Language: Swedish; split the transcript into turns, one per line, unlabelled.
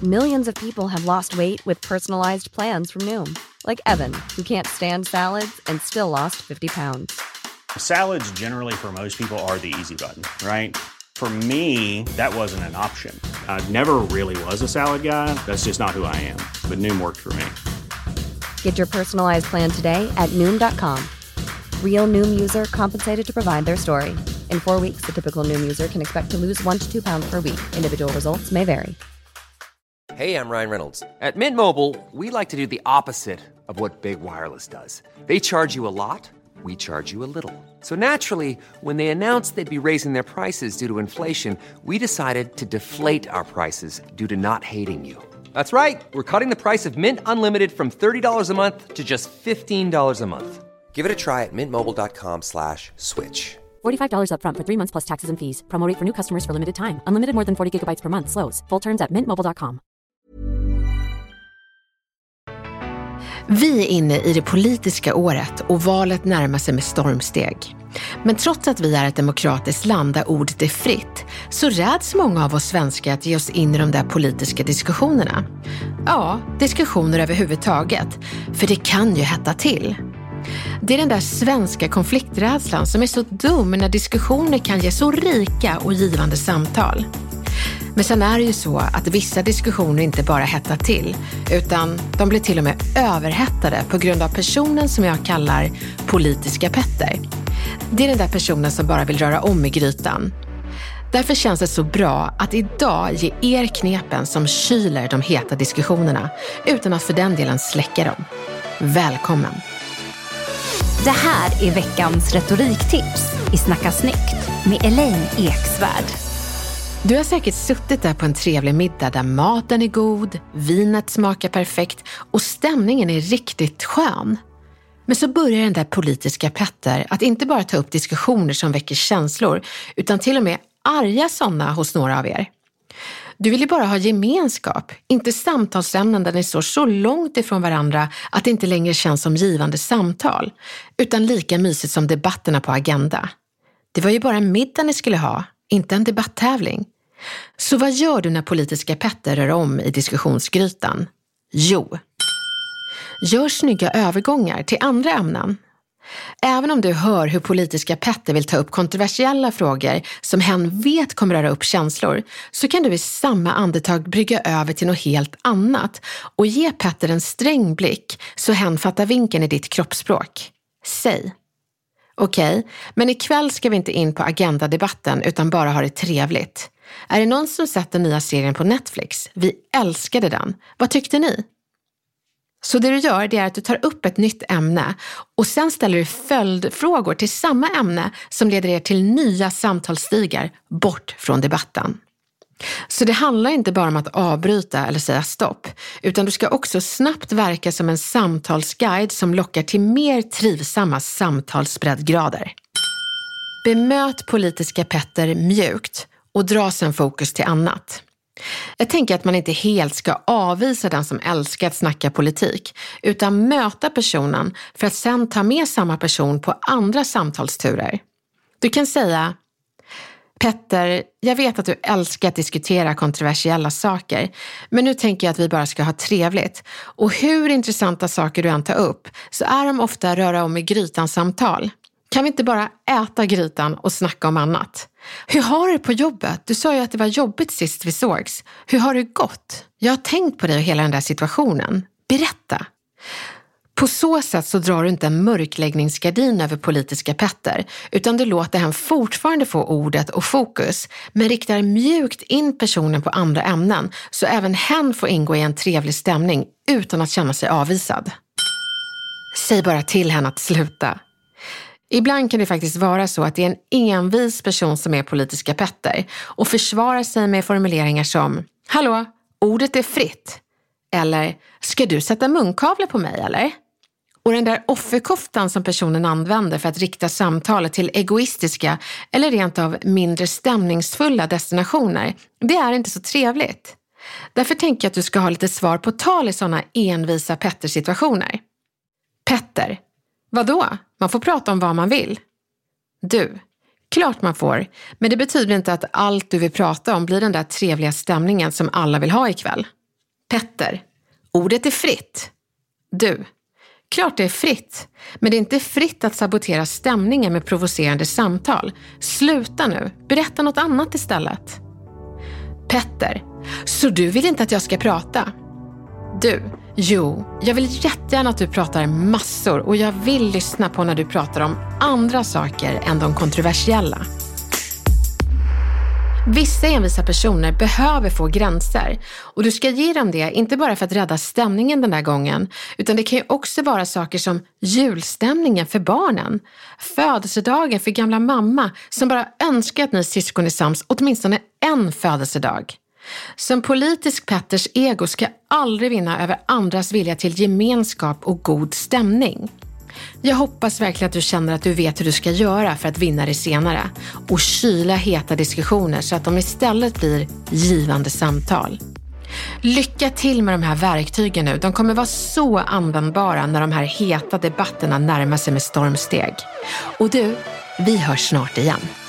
Millions of people have lost weight with personalized plans from Noom. Like Evan, who can't stand salads and still lost 50 pounds.
Salads generally for most people are the easy button, right? For me, that wasn't an option. I never really was a salad guy. That's just not who I am. But Noom worked for me.
Get your personalized plan today at Noom.com. Real Noom user compensated to provide their story. In 4 weeks, the typical Noom user can expect to lose 1 to 2 pounds per week. Individual results may vary.
Hey, I'm Ryan Reynolds. At Mint Mobile, we like to do the opposite of what Big Wireless does. They charge you a lot, we charge you a little. So naturally, when they announced they'd be raising their prices due to inflation, we decided to deflate our prices due to not hating you. That's right. We're cutting the price of Mint Unlimited from $30 a month to just $15 a month. Give it a try at mintmobile.com/switch.
$45 up front for 3 months plus taxes and fees. Promo rate for new customers for limited time. Unlimited more than 40 gigabytes per month. Slows full terms at mintmobile.com.
Vi är inne i det politiska året och valet närmar sig med stormsteg. Men trots att vi är ett demokratiskt land där ordet är fritt så räds många av oss svenskar att ge oss in i de där politiska diskussionerna. Ja, diskussioner överhuvudtaget. För det kan ju hetta till. Det är den där svenska konflikträdslan som är så dum när diskussioner kan ge så rika och givande samtal. Men sen är det ju så att vissa diskussioner inte bara hettar till, utan de blir till och med överhettade på grund av personen som jag kallar politiska Petter. Det är den där personen som bara vill röra om i grytan. Därför känns det så bra att idag ge er knepen som kyler de heta diskussionerna utan att för den delen släcka dem. Välkommen!
Det här är veckans retoriktips i Snacka snyggt med Elaine Eksvärd.
Du har säkert suttit där på en trevlig middag där maten är god, vinet smakar perfekt och stämningen är riktigt skön. Men så börjar den där politiska Petter att inte bara ta upp diskussioner som väcker känslor utan till och med arga sådana hos några av er. Du vill ju bara ha gemenskap, inte samtalsämnen där ni står så långt ifrån varandra att det inte längre känns som givande samtal, utan lika mysigt som debatterna på Agenda. Det var ju bara en middag ni skulle ha, inte en debatttävling. Så vad gör du när politiska Petter rör om i diskussionsgrytan? Jo, gör snygga övergångar till andra ämnen. Även om du hör hur politiska Petter vill ta upp kontroversiella frågor som hen vet kommer röra upp känslor, så kan du i samma andetag brygga över till något helt annat och ge Petter en sträng blick så hen fattar vinkeln i ditt kroppsspråk. Säg: Okej, men ikväll ska vi inte in på agendadebatten utan bara ha det trevligt. Är det någon som sett den nya serien på Netflix? Vi älskade den. Vad tyckte ni? Så det du gör, det är att du tar upp ett nytt ämne och sen ställer du följdfrågor till samma ämne som leder er till nya samtalsstigar bort från debatten. Så det handlar inte bara om att avbryta eller säga stopp, utan du ska också snabbt verka som en samtalsguide som lockar till mer trivsamma samtalsbreddgrader. Bemöt politiska Petter mjukt och dra sen fokus till annat. Jag tänker att man inte helt ska avvisa den som älskar att snacka politik, utan möta personen för att sen ta med samma person på andra samtalsturer. Du kan säga: Petter, jag vet att du älskar att diskutera kontroversiella saker, men nu tänker jag att vi bara ska ha trevligt. Och hur intressanta saker du än tar upp så är de ofta röra om i grytans samtal. Kan vi inte bara äta grytan och snacka om annat? Hur har du det på jobbet? Du sa ju att det var jobbigt sist vi sågs. Hur har det gått? Jag har tänkt på dig och hela den där situationen. Berätta. På så sätt så drar du inte en mörkläggningsgardin över politiska Petter, utan du låter han fortfarande få ordet och fokus, men riktar mjukt in personen på andra ämnen så även hen får ingå i en trevlig stämning utan att känna sig avvisad. Säg bara till henne att sluta. Ibland kan det faktiskt vara så att det är en envis person som är politiska Petter och försvarar sig med formuleringar som: Hallå, ordet är fritt. Eller: ska du sätta munkavle på mig eller? Och den där offerkoftan som personen använder för att rikta samtalet till egoistiska eller rent av mindre stämningsfulla destinationer, det är inte så trevligt. Därför tänker jag att du ska ha lite svar på tal i sådana envisa Petter-situationer. Petter: vadå? Man får prata om vad man vill. Du: klart man får, men det betyder inte att allt du vill prata om blir den där trevliga stämningen som alla vill ha ikväll. Petter, ordet är fritt. Du, klart det är fritt. Men det är inte fritt att sabotera stämningen med provocerande samtal. Sluta nu, berätta något annat istället. Petter, så du vill inte att jag ska prata? Du, jo, jag vill jättegärna att du pratar massor och jag vill lyssna på när du pratar om andra saker än de kontroversiella. Vissa envisa personer behöver få gränser och du ska ge dem det inte bara för att rädda stämningen den där gången, utan det kan ju också vara saker som julstämningen för barnen, födelsedagen för gamla mamma som bara önskar att ni syskon är sams åtminstone en födelsedag. Som politisk Petters ego ska aldrig vinna över andras vilja till gemenskap och god stämning. Jag hoppas verkligen att du känner att du vet hur du ska göra för att vinna det senare och kyla heta diskussioner så att de istället blir givande samtal. Lycka till med de här verktygen nu. De kommer vara så användbara när de här heta debatterna närmar sig med stormsteg. Och du, vi hörs snart igen.